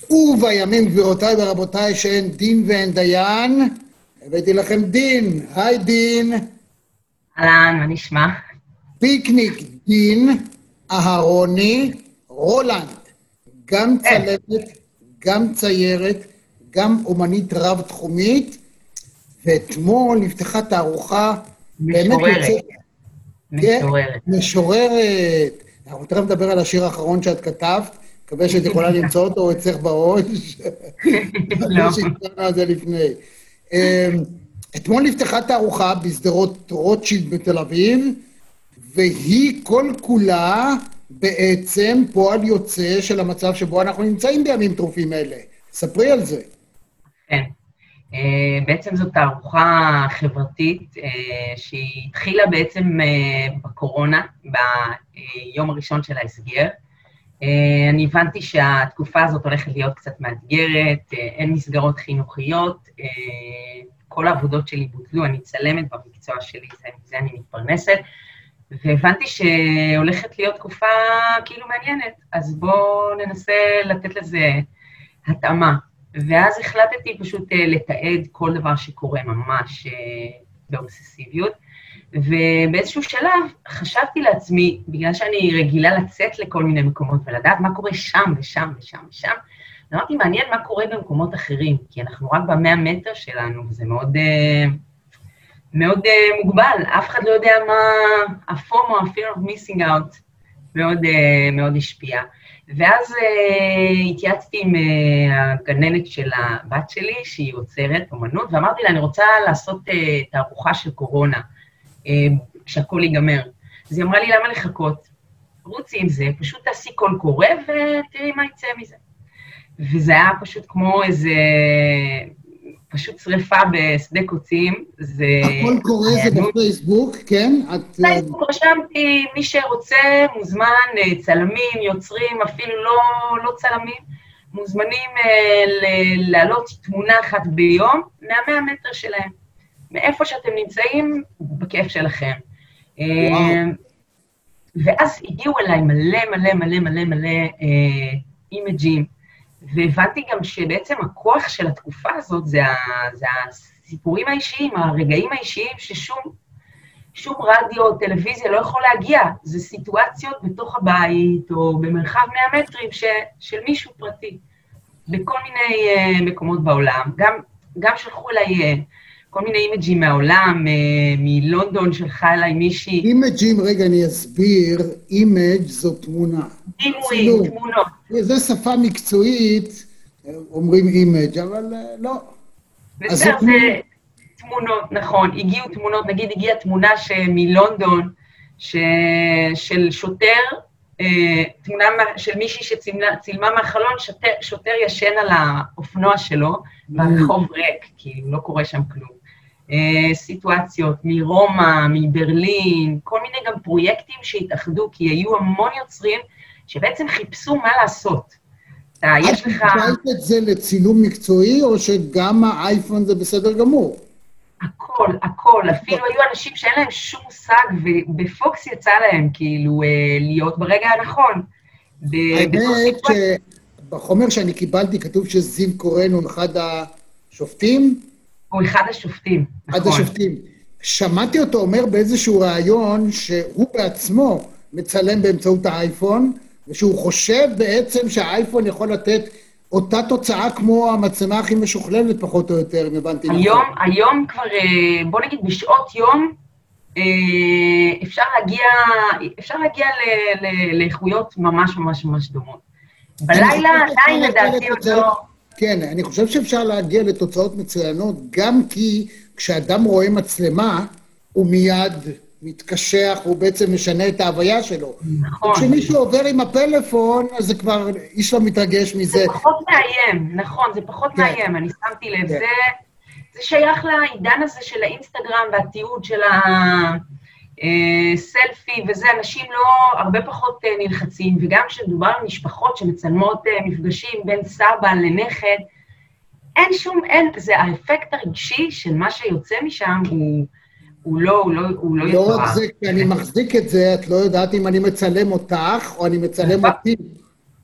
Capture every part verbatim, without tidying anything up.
ובימים, גבירותיי ורבותיי, שאין דין ואין דיין, הבאתי לכם דין. היי דין. אהלן, מה נשמע? פיקניק דין, אהרוני, רולנד. גם צלמת, גם ציירת, גם אומנית רב-תחומית, ואתמול נפתחה תערוכה משוררת. משוררת. משוררת. אנחנו תכף נדבר על השיר האחרון שאת כתבת, מקווה שאת יכולה למצוא אותו אצלך בראש. לא. שהתקרנו על זה לפני. אתמול נפתחה תערוכה בסדרות רוטשילד בתל אביב, והיא כל כולה בעצם פועל יוצא של המצב שבו אנחנו נמצאים בימים טרופים אלה. ספרי על זה. כן. בעצם זו תערוכה חברתית שהיא התחילה בעצם בקורונה, ביום הראשון של ההסגר. אני הבנתי שהתקופה הזאת הולכת להיות קצת מאתגרת, אין מסגרות חינוכיות, כל העבודות שלי בוטלו, אני צלמת במקצוע שלי, זה אני מתפרנסת, והבנתי שהולכת להיות תקופה כאילו מעניינת, אז בואו ננסה לתת לזה התאמה. ואז החלטתי פשוט לתעד כל דבר שקורה ממש באובססיביות, ובאיזשהו שלב חשבתי לעצמי, בגלל שאני רגילה לצאת לכל מיני מקומות ולדעת מה קורה שם ושם ושם ושם, אמרתי, מעניין מה קורה במקומות אחרים, כי אנחנו רק במאה מטר שלנו, וזה מאוד, מאוד מוגבל, אף אחד לא יודע מה הפומו, ה-fear of missing out, מאוד, מאוד השפיע. ואז uh, התייעצתי עם uh, הגננת של הבת שלי, שהיא יוצרת אומנות, ואמרתי לה, אני רוצה לעשות uh, תערוכה של קורונה, uh, כשהכל ייגמר. אז היא אמרה לי, למה לחכות? רוצי עם זה, פשוט תעשי קול קורא, ותראי מה יצא מזה. וזה היה פשוט כמו איזה, פשוט שריפה בשדה קוצים. הקול קורא זה בפייסבוק, כן? פייסבוק רשמתי, מי שרוצה מוזמן, צלמים, יוצרים, אפילו לא, לא צלמים, מוזמנים להעלות תמונה אחת ביום, מהמאה מטר שלהם. מאיפה שאתם נמצאים, בכיף שלכם. וואו. ואז הגיעו אליי מלא מלא מלא מלא מלא אימג'ים, והבנתי גם שבעצם הכוח של התקופה הזאת זה, זה הסיפורים האישיים, הרגעים האישיים ששום שום רדיו או טלוויזיה לא יכול להגיע. זה סיטואציות בתוך הבית או במרחב מאה מטרים ש, של מישהו פרטי, בכל מיני uh, מקומות בעולם. גם, גם שלחו אליי uh, כל מיני אימג'ים מהעולם, uh, מלונדון שלחה אליי מישהי. אימג'ים, רגע אני אסביר, אימג' זו תמונה. דימויים, תמונות. זו שפה מקצועית, אומרים אימג', אבל לא. בסדר, זה תמונות, נכון, הגיעו תמונות, נגיד הגיעה תמונה מלונדון, ש... של שוטר, תמונה של מישהי שצילמה מהחלון, שוטר, שוטר ישן על האופנוע שלו, והרחוב ריק, כי לא קורה שם כלום. סיטואציות מרומא, מברלין, כל מיני גם פרויקטים שהתאחדו, כי היו המון יוצרים שבעצם חיפשו מה לעשות. יש לך... את חושבת את זה לצילום מקצועי, או שגם האייפון זה בסדר גמור? הכל, הכל. אפילו היו אנשים שאין להם שום מושג, ובפוקס יצא להם כאילו להיות ברגע הנכון. האמת שבחומר שאני קיבלתי כתוב שזיו קורן הוא אחד השופטים? הוא אחד השופטים, נכון. אחד השופטים. שמעתי אותו אומר באיזשהו רעיון שהוא בעצמו מצלם באמצעות האייפון, ושהוא חושב בעצם שהאייפון יכול לתת אותה תוצאה כמו המצלמה הכי משוכללת פחות או יותר, אם הבנתי נכון. היום, היום כבר, בוא נגיד, בשעות יום, אפשר להגיע, אפשר להגיע לאיכויות ממש ממש ממש דומות. בלילה עדיין לדעתי עוד לא... כן, אני חושב שאפשר להגיע לתוצאות מצוינות, גם כי כשאדם רואה מצלמה, הוא מיד מתקשח, הוא בעצם משנה את ההוויה שלו. נכון. כשמישהו עובר עם הפלאפון, אז זה כבר, איש לא מתרגש מזה. זה פחות מאיים, נכון, זה פחות כן. מאיים, אני שמתי לב. כן. זה, זה שייך לעידן הזה של האינסטגרם והתיעוד של הסלפי, וזה אנשים לא, הרבה פחות נלחצים, וגם כשדובר על משפחות שמצלמות מפגשים בין סבא לנכד, אין שום, אין, זה האפקט הרגשי של מה שיוצא משם הוא... הוא לא, הוא לא, הוא לא יתואר. לא רק זה, כי אני מחזיק את זה, את לא יודעת אם אני מצלם אותך, או אני מצלם אותי.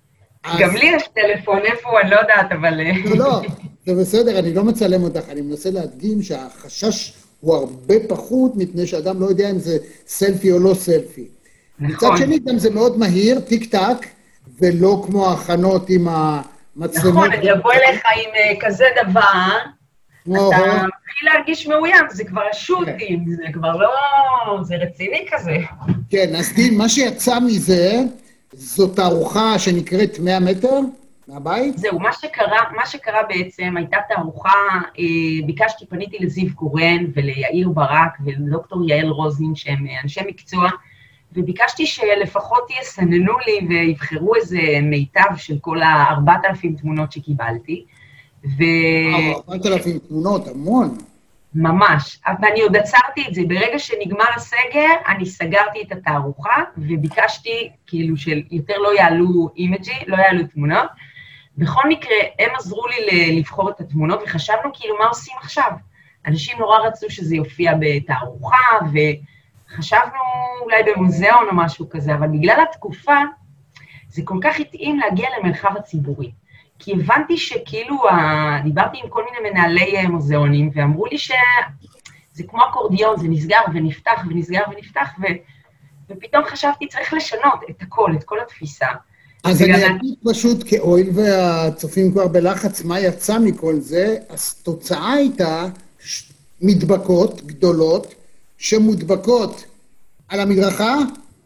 גם לי יש טלפון, איפה הוא, אני לא יודעת, אבל... לא, לא, זה בסדר, אני לא מצלם אותך, אני מנסה להדגים שהחשש הוא הרבה פחות, מפני שאדם לא יודע אם זה סלפי או לא סלפי. מצד שני, גם זה מאוד מהיר, טיק טק, ולא כמו ההכנות עם המצלמות. נכון, אני אבוא אליך עם כזה דבר, אתה מתחיל להרגיש מאוים, זה כבר השוטים, זה כבר לא... זה רציני כזה. כן, אז דין, מה שיצא מזה, זאת תערוכה שנקראת מאה מטר מהבית? זהו, מה שקרה, מה שקרה בעצם, הייתה תערוכה, ביקשתי, פניתי לזיו קורן וליאיר ברק ולדוקטור יעל רוזין, שהם אנשי מקצוע, וביקשתי שלפחות יסננו לי ויבחרו איזה מיטב של כל ה-ארבעת אלפים תמונות שקיבלתי. ו... ארבעת אלפים תמונות, המון. ממש, ואני עוד עצרתי את זה, ברגע שנגמר הסגר, אני סגרתי את התערוכה, וביקשתי כאילו שיותר לא יעלו אימג'י, לא יעלו תמונות. בכל מקרה, הם עזרו לי לבחור את התמונות, וחשבנו כאילו מה עושים עכשיו. אנשים נורא רצו שזה יופיע בתערוכה, וחשבנו אולי במוזיאון או משהו כזה, אבל בגלל התקופה, זה כל כך התאים להגיע למרחב הציבורי. כי הבנתי שכאילו, דיברתי עם כל מיני מנהלי מוזיאונים, ואמרו לי שזה כמו אקורדיון, זה נסגר ונפתח ונסגר ונפתח, ו... ופתאום חשבתי, צריך לשנות את הכל, את כל התפיסה. אז אני אגיד פשוט, כאויל והצופים כבר בלחץ, מה יצא מכל זה, אז תוצאה הייתה מדבקות גדולות, שמודבקות על המדרכה,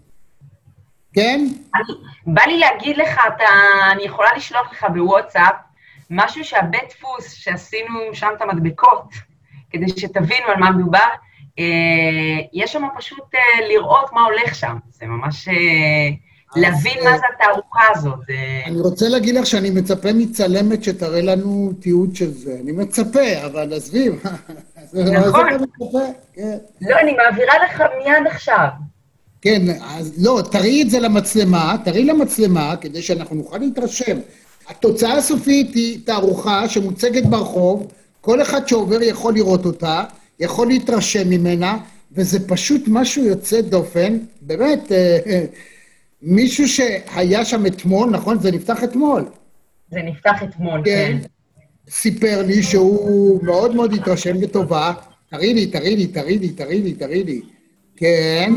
כן? בא לי להגיד לך, אתה, אני יכולה לשלוח לך בוואטסאפ, משהו שהבית דפוס שעשינו שם את המדבקות, כדי שתבינו על מה מדובר, יש שם פשוט לראות מה הולך שם, זה ממש להבין מה זה התערוכה הזאת. אני רוצה להגיד לך שאני מצפה מצלמת שתראה לנו תיעוד של זה, אני מצפה, אבל עזבי, נכון. לא, אני מעבירה לך מיד עכשיו. כן, אז לא, תראי את זה למצלמה, תראי למצלמה, כדי שאנחנו נוכל להתרשם. התוצאה הסופית היא תערוכה שמוצגת ברחוב, כל אחד שעובר יכול לראות אותה, יכול להתרשם ממנה, וזה פשוט משהו יוצא דופן, באמת, מישהו שהיה שם אתמול, נכון? זה נפתח אתמול. זה נפתח אתמול, כן. סיפר לי שהוא מאוד מאוד התרשם בטובה, תראי לי, תראי לי, תראי לי, תראי לי, תראי לי, כן.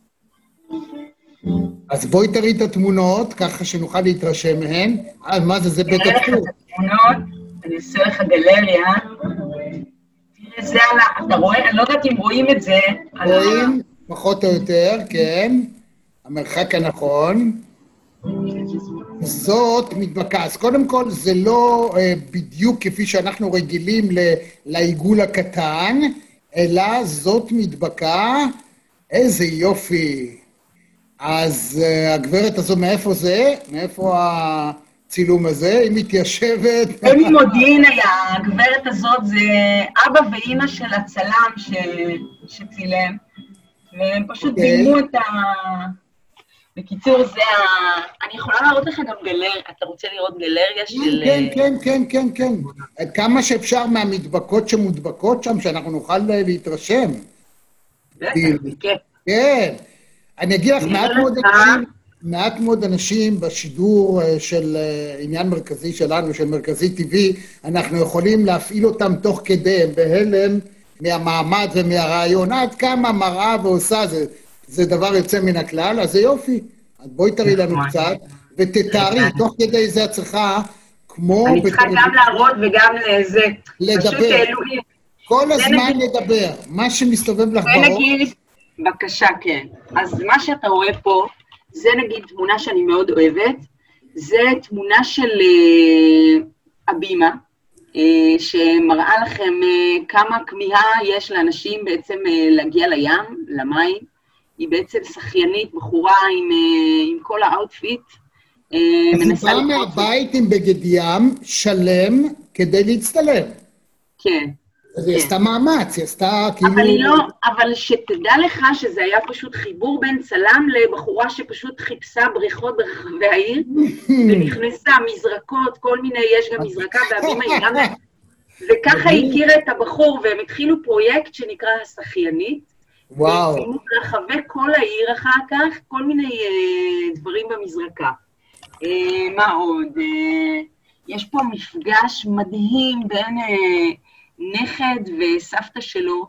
אז בואי תראי את התמונות, ככה שנוכל להתרשם מהן. אז מה זה, זה בית הדפוס? אני אראה לך את התמונות, אני אעשה לך גלריה. תראה, זה על... אתה רואה? אני לא יודעת אם רואים את זה. רואים, פחות או יותר, כן. המרחק הנכון. זאת מדבקה. אז קודם כל, זה לא בדיוק כפי שאנחנו רגילים לעיגול הקטן, אלא זאת מדבקה. איזה יופי. אז הגברת הזו, מאיפה זה? מאיפה הצילום הזה? היא מתיישבת? זה ממודיעין היה, הגברת הזאת זה אבא ואימא של הצלם שצילם, והם פשוט צילמו את ה... בקיצור, זה ה... אני יכולה להראות לך גם גלריה, אתה רוצה לראות גלריה של... כן, כן, כן, כן, כן. כמה שאפשר מהמדבקות שמודבקות שם, שאנחנו נוכל להתרשם. בטח, כן. כן. אני אגיד לך, מעט מאוד אנשים, מעט מאוד אנשים בשידור של עניין מרכזי שלנו, של מרכזי טבעי, אנחנו יכולים להפעיל אותם תוך כדי, בהלם מהמעמד ומהרעיון, עד כמה מראה ועושה, זה, זה דבר יוצא מן הכלל, אז זה יופי. אז בואי תראי לנו קצת, ותתארי, תוך כדי זה את צריכה, כמו... אני צריכה גם להראות וגם לזה. לדבר. כל הזמן לדבר. מה שמסתובב לך בראש... בבקשה, כן. אז מה שאתה רואה פה, זה נגיד תמונה שאני מאוד אוהבת, זה תמונה של uh, הבימה, uh, שמראה לכם uh, כמה כמיהה יש לאנשים בעצם uh, להגיע לים, למים. היא בעצם שחיינית, בחורה עם, uh, עם כל האוטפיט. Uh, היא באה מהבית עם בגד ים שלם כדי להצטלם. כן. אז היא עשתה מאמץ, היא עשתה כאילו... אבל היא לא, אבל שתדע לך שזה היה פשוט חיבור בין צלם לבחורה שפשוט חיפשה בריכות ברחבי העיר, ונכנסה מזרקות, כל מיני, יש גם מזרקה והבימה היא גם... וככה היא הכירה את הבחור, והם התחילו פרויקט שנקרא השחיינית. וואו. והצלימו ברחבי כל העיר אחר כך, כל מיני דברים במזרקה. מה עוד? יש פה מפגש מדהים בין נכד וסבתא שלו,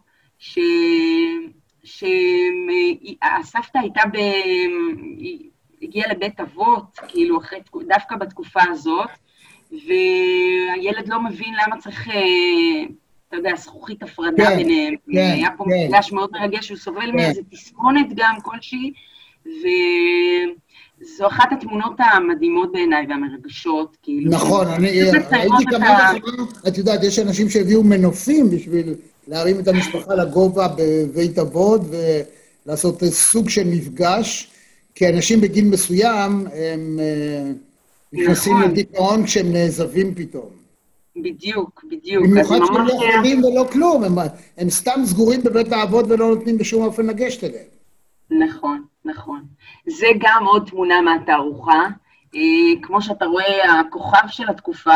שהסבתא הייתה ב... הגיעה לבית אבות, כאילו, דווקא בתקופה הזאת, והילד לא מבין למה צריך, אתה יודע, זכוכית הפרדה ביניהם. היה פה מפגש מאוד מרגש, הוא סובל מאיזה תסמונת גם כלשהי, וזו אחת התמונות המדהימות בעיניי והמרגשות, כאילו... נכון, אני ראיתי כמה וכמה, את יודעת, יש אנשים שהביאו מנופים בשביל להרים את המשפחה לגובה בבית אבות, ולעשות סוג של מפגש, כי אנשים בגיל מסוים, הם נכנסים לדיכאון כשהם נעזבים פתאום. בדיוק, בדיוק. במיוחד שהם לא חולים ולא כלום, הם סתם סגורים בבית האבות ולא נותנים בשום אופן לגשת אליהם. נכון, נכון. זה גם עוד תמונה מהתערוכה. כמו שאתה רואה, הכוכב של התקופה,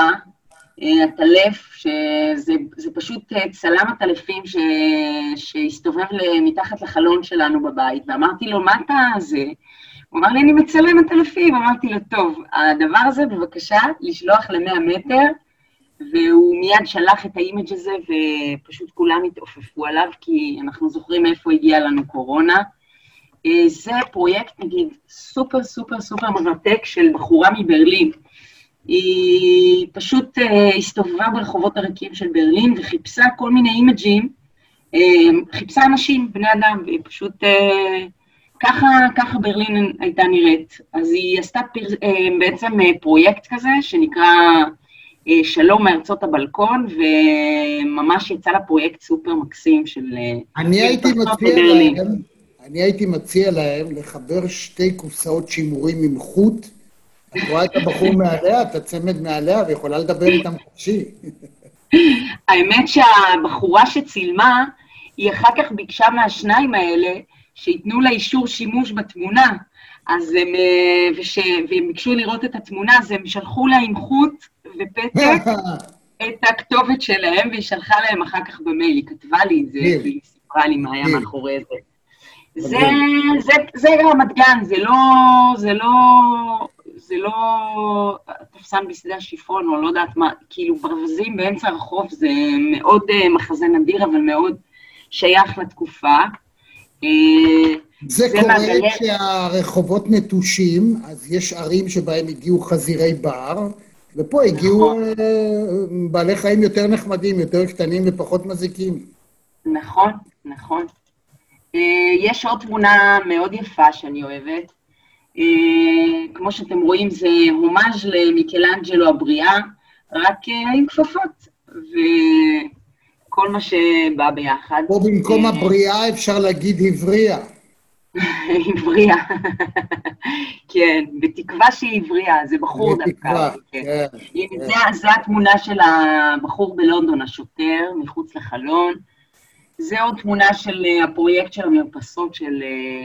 הטלף, שזה פשוט צלם הטלפים שהסתובב מתחת לחלון שלנו בבית, ואמרתי לו, מה אתה זה? הוא אמר לי, אני מצלם הטלפים. אמרתי לו, טוב, הדבר הזה בבקשה לשלוח ל-מאה מטר, והוא מיד שלח את האימג' הזה, ופשוט כולם התעופפו עליו, כי אנחנו זוכרים איפה הגיעה לנו קורונה. זה פרויקט, נגיד, סופר סופר סופר מרתק של בחורה מברלין. היא פשוט הסתובבה ברחובות הריקים של ברלין, וחיפשה כל מיני אימג'ים, חיפשה אנשים, בני אדם, והיא פשוט, ככה, ככה ברלין הייתה נראית. אז היא עשתה בעצם פרויקט כזה, שנקרא שלום מארצות הבלקון, וממש יצא לה פרויקט סופר מקסים של... אני הייתי מציע להם, אני הייתי מציע להם לחבר שתי קופסאות שימורים עם חוט, את רואה את הבחור מעליה, את הצמד מעליה, ויכולה לדבר איתם חופשי. האמת שהבחורה שצילמה, היא אחר כך ביקשה מהשניים האלה, שיתנו לה אישור שימוש בתמונה, אז הם, וש, והם ביקשו לראות את התמונה, אז הם שלחו לה עם חוט ופתק את הכתובת שלהם, והיא שלחה להם אחר כך במייל, היא כתבה לי את זה, והיא סיפרה לי מה היה מאחורי זה. זה, זה, זה רמת גן, זה לא, זה לא, זה לא תפסן בשדה השיפון, או לא יודעת מה, כאילו ברווזים באמצע הרחוב, זה מאוד מחזה נדיר, אבל מאוד שייך לתקופה. זה קורה כשהרחובות נטושים, אז יש ערים שבהם הגיעו חזירי בר, ופה הגיעו בעלי חיים יותר נחמדים, יותר קטנים ופחות מזיקים. נכון, נכון. יש עוד תמונה מאוד יפה שאני אוהבת. כמו שאתם רואים, זה הומאז' למיקלאנג'לו הבריאה, רק עם כפפות, וכל מה שבא ביחד. פה במקום הבריאה אפשר להגיד הבריאה. הבריאה, כן, בתקווה שהיא הבריאה, זה בחור דווקא. כן. זו התמונה של הבחור בלונדון, השוטר, מחוץ לחלון. זה עוד תמונה של הפרויקט של המרפסות של...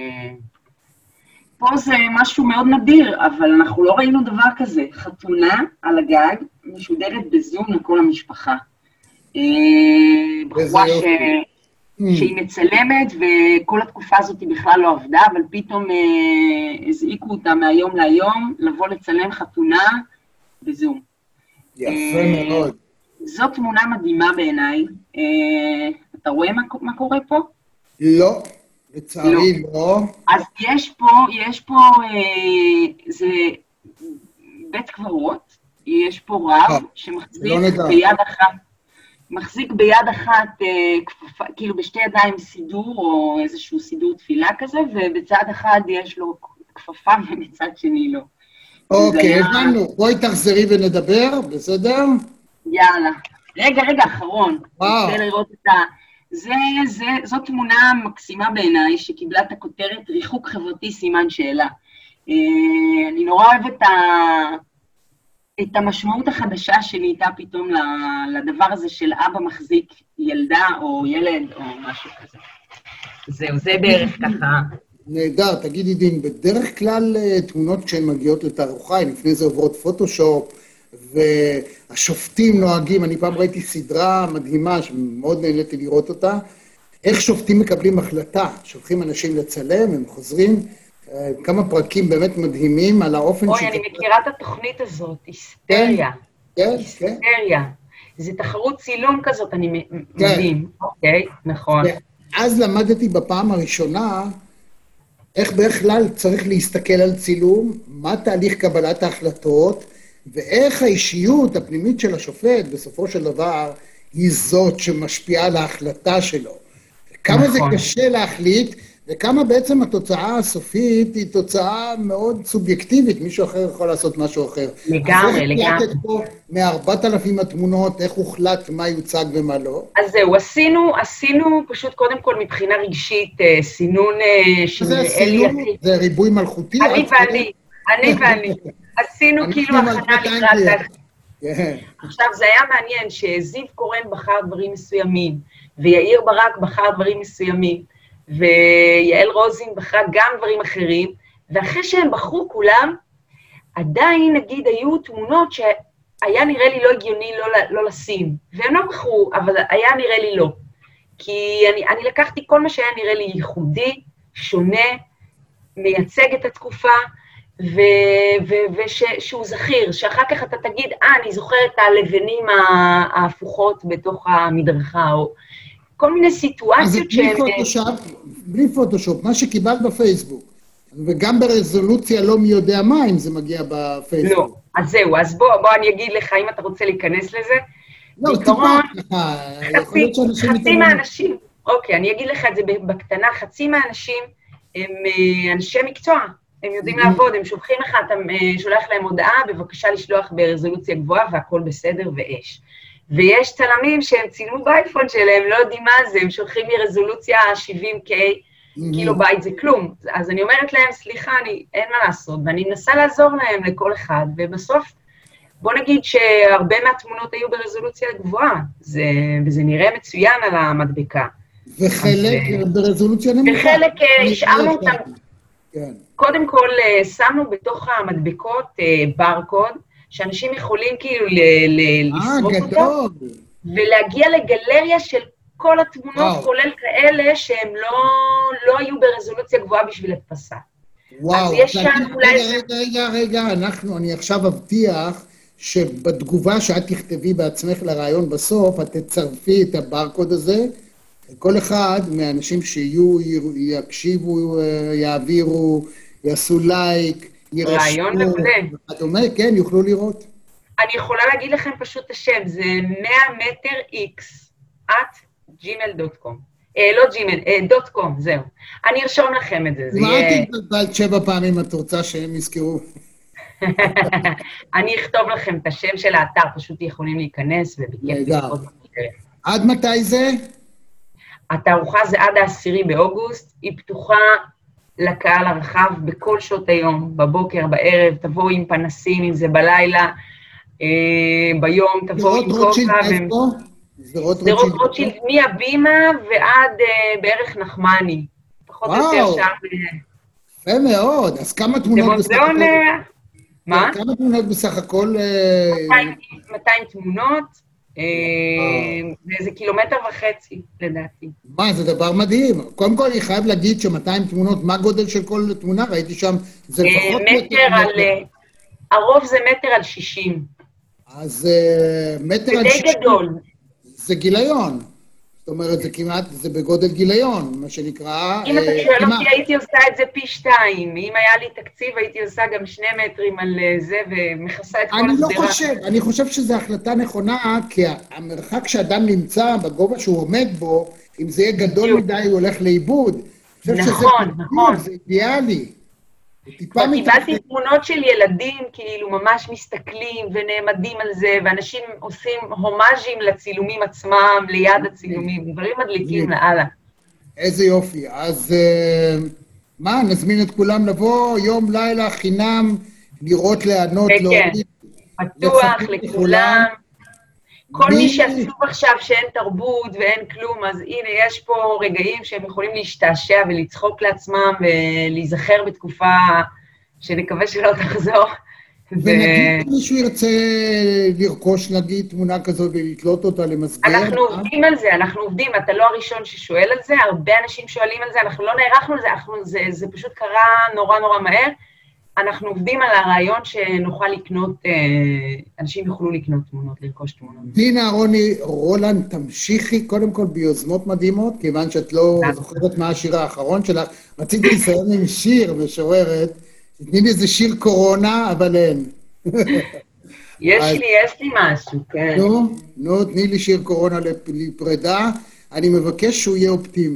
פה זה משהו מאוד נדיר, אבל אנחנו לא ראינו דבר כזה. חתונה על הגג, משודרת בזום לכל המשפחה. בחורה ש... שהיא מצלמת, וכל התקופה הזאת היא בכלל לא עבדה, אבל פתאום הזעיקו אותה מהיום להיום, לבוא לצלם חתונה בזום. יפה מאוד. זו תמונה מדהימה בעיניי. אתה רואה מה, מה קורה פה? לא, לצערי לא. לא. אז יש פה, יש פה, אה, זה בית קברות, יש פה רב שמחזיק לא ביד אחת, מחזיק ביד אחת, אה, כפפה, כאילו בשתי ידיים סידור, או איזשהו סידור תפילה כזה, ובצד אחד יש לו כפפה, ובצד שני לא. אוקיי, הבנו. בואי תחזרי ונדבר, בסדר? יאללה. רגע, רגע, אחרון. וואו. רוצה לראות את ה... זה, זה, זו תמונה מקסימה בעיניי, שקיבלה את הכותרת ריחוק חברתי סימן שאלה. אני נורא אוהבת את המשמעות החדשה שנהייתה פתאום לדבר הזה של אבא מחזיק ילדה או ילד או משהו כזה. זהו, זה בערך ככה. נהדר, תגידי דין, בדרך כלל תמונות כשהן מגיעות לתערוכה, לפני זה עוברות פוטושופ, והשופטים נוהגים, אני פעם ראיתי סדרה מדהימה, שמאוד נהניתי לראות אותה, איך שופטים מקבלים החלטה, שולחים אנשים לצלם, הם חוזרים, כמה פרקים באמת מדהימים על האופן... אוי, אני מכירה את התוכנית הזאת, היסטריה. כן, כן. היסטריה. זה תחרות צילום כזאת, אני מדהים. אוקיי, נכון. אז למדתי בפעם הראשונה, איך בכלל צריך להסתכל על צילום, מה תהליך קבלת ההחלטות, ואיך האישיות הפנימית של השופט, בסופו של דבר, היא זאת שמשפיעה על ההחלטה שלו. כמה זה קשה להחליט, וכמה בעצם התוצאה הסופית היא תוצאה מאוד סובייקטיבית, מישהו אחר יכול לעשות משהו אחר. לגמרי, לגמרי. אז איך החלטת פה מארבעת אלפים התמונות, איך הוחלט מה יוצג ומה לא? אז זהו, עשינו, עשינו פשוט קודם כל מבחינה רגשית, סינון שנראה לי... זה ריבוי מלכותי? אני ואני, אני ואני. עשינו כאילו הכנה לקראת... עכשיו, זה היה מעניין שזיו קורן בחר דברים מסוימים, ויאיר ברק בחר דברים מסוימים, ויעל רוזין בחרה גם דברים אחרים, ואחרי שהם בחרו כולם, עדיין, נגיד, היו תמונות שהיה נראה לי לא הגיוני לא, לא לשים, והם לא בחרו, אבל היה נראה לי לא. כי אני, אני לקחתי כל מה שהיה נראה לי ייחודי, שונה, מייצג את התקופה, ושהוא זכיר, שאחר כך אתה תגיד, אה, אני זוכרת את הלבנים ההפוכות בתוך המדרכה, או כל מיני סיטואציות שהן... אז בלי פוטושופ, בלי פוטושופ, מה שקיבלת בפייסבוק, וגם ברזולוציה לא מי יודע מה, אם זה מגיע בפייסבוק. לא, אז זהו, אז בוא, בוא אני אגיד לך, אם אתה רוצה להיכנס לזה, לא, בעיקרון, טיפה, חצי מהאנשים, אוקיי, אני אגיד לך את זה בקטנה, חצי מהאנשים הם אנשי מקצוע, הם יודעים לעבוד, הם שולחים לך, אתה שולח להם הודעה, בבקשה לשלוח ברזולוציה גבוהה, והכל בסדר ואש. ויש צלמים שהם צילמו באייפון שלהם, לא יודעים מה זה, הם שולחים לי רזולוציה שבעים קיי, קילו בייט זה כלום. אז אני אומרת להם, סליחה, אני, אין מה לעשות, ואני מנסה לעזור להם לכל אחד, ובסוף, בוא נגיד שהרבה מהתמונות היו ברזולוציה גבוהה, זה, וזה נראה מצוין על המדבקה. וחלק אז, ברזולוציה נמוכה. וחלק השארנו אותם. כן. קודם כל, שמנו בתוך המדבקות ברקוד, שאנשים יכולים כאילו לשרוף אותו, ולהגיע לגלריה של כל התמונות, וואו. כולל כאלה שהם לא, לא היו ברזולוציה גבוהה בשביל הדפסה. וואו, אז יש שם אולי... רגע, רגע, רגע, אנחנו, אני עכשיו אבטיח שבתגובה שאת תכתבי בעצמך לרעיון בסוף, את תצרפי את הברקוד הזה, כל אחד מהאנשים שיהיו, יקשיבו, יעבירו, יעשו לייק, ירשמו. רעיון מעולה. וכדומה, כן, יוכלו לראות. אני יכולה להגיד לכם פשוט את השם, זה מאה מטר איקס, at gmail דוט קום. לא gmail, דוט קום, זהו. אני ארשום לכם את זה. מה את תתבלבלת שבע פעמים את רוצה שהם יזכרו? אני אכתוב לכם את השם של האתר, פשוט יכולים להיכנס ובכיף לראות. עד מתי זה? התערוכה זה עד העשירי באוגוסט, היא פתוחה לקהל הרחב בכל שעות היום, בבוקר, בערב, תבואו עם פנסים, אם זה בלילה, אה, ביום, תבואו עם קוקה. שדרות רוטשילד מהבימה ועד אה, בערך נחמני. פחות או יותר שם. יפה מאוד, אז כמה תמונות בסך הכל? מה? כמה תמונות בסך הכל? מאתיים תמונות. זה קילומטר וחצי, לדעתי. מה, זה דבר מדהים. קודם כל, אני חייב להגיד ש-מאתיים תמונות, מה גודל של כל תמונה? ראיתי שם, זה לפחות... מטר על... הרוב זה מטר על שישים. אז מטר על שישים... זה די גדול. זה גיליון. זאת אומרת, זה כמעט, זה בגודל גיליון, מה שנקרא... אם אתה שואל אותי, הייתי עושה את זה פי שתיים. אם היה לי תקציב, הייתי עושה גם שני מטרים על זה, ומכסה את כל הסדרה. אני לא חושב, אני חושב שזו החלטה נכונה, כי המרחק שאדם נמצא בגובה שהוא עומד בו, אם זה יהיה גדול מדי, הוא הולך לאיבוד. נכון, נכון. זה אידיאלי. קיבלתי תמונות של ילדים, כאילו ממש מסתכלים ונעמדים על זה, ואנשים עושים הומאז'ים לצילומים עצמם, ליד הצילומים, דברים מדליקים לאללה. איזה יופי. אז מה, נזמין את כולם לבוא, יום, לילה, חינם, לראות, לענות, להוריד. פתוח לכולם. כל מי שעשו עכשיו שאין תרבות ואין כלום, אז הנה, יש פה רגעים שהם יכולים להשתעשע ולצחוק לעצמם ולהיזכר בתקופה שנקווה שלא תחזור, ונגיד מישהו ירצה לרכוש נגיד תמונה כזאת ולתלות אותה למסגר. אנחנו עובדים על זה, אנחנו עובדים, אתה לא הראשון ששואל על זה, הרבה אנשים שואלים על זה, אנחנו לא נערכנו על זה, אנחנו, זה, זה פשוט קרה נורא נורא מהר. אנחנו עובדים על הרעיון שנוכל לקנות, אנשים יוכלו לקנות תמונות, לרכוש תמונות. דינה, רוני, רולנד, תמשיכי קודם כל ביוזמות מדהימות, כיוון שאת לא זוכרת מה השיר האחרון שלך. רציתי לסיים עם שיר משוררת, תתני לי איזה שיר קורונה, אבל אין. יש לי, יש לי משהו, כן. נו, נו, תני לי שיר קורונה לפרידה, אני מבקש שהוא יהיה אופטימי.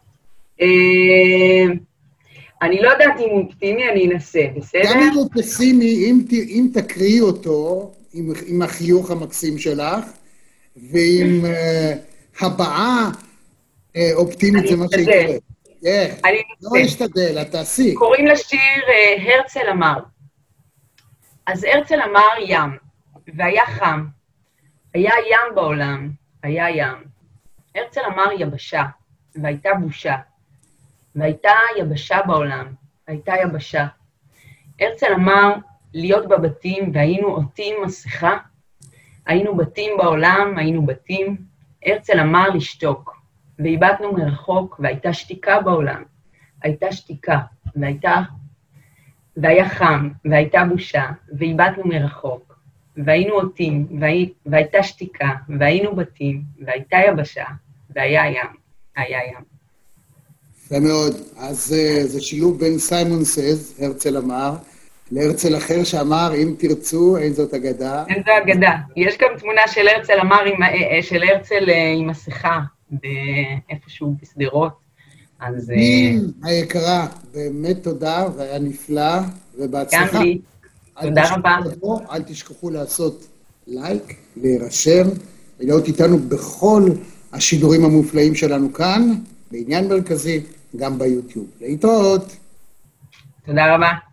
אני לא יודעת אם הוא אופטימי, אני אנסה, בסדר? גם אם הוא פסימי, אם, אם תקריאי אותו, עם, עם החיוך המקסים שלך, ועם uh, הבעה uh, אופטימית, זה מה שיקרה. כן, לא אשתדל, את תעשי. קוראים לשיר uh, הרצל אמר. אז הרצל אמר ים, והיה חם. היה ים בעולם, היה ים. הרצל אמר יבשה, והייתה בושה. והייתה יבשה בעולם, הייתה יבשה. הרצל אמר להיות בבתים, והיינו עוטים מסכה. היינו בתים בעולם, היינו בתים. הרצל אמר לשתוק, והיבטנו מרחוק, והייתה שתיקה בעולם. הייתה שתיקה, והייתה... והיה חם, והייתה בושה, והיבטנו מרחוק. והיינו עוטים, והי... והייתה שתיקה, והיינו בתים, והייתה יבשה, והיה ים, היה ים. זה מאוד. אז זה שילוב בין סיימון סז, הרצל אמר, להרצל אחר שאמר, אם תרצו, אין זאת אגדה. אין זו אגדה. יש גם תמונה של הרצל אמר, של הרצל עם מסכה, באיפשהו בסדרות. אז... היקרה, באמת תודה, והיה נפלא, ובהצלחה. גם לי. תודה רבה. אל תשכחו לעשות לייק, להירשם, ולהיות איתנו בכל השידורים המופלאים שלנו כאן, בעניין מרכזי, גם ביוטיוב. להתראות. תודה רבה.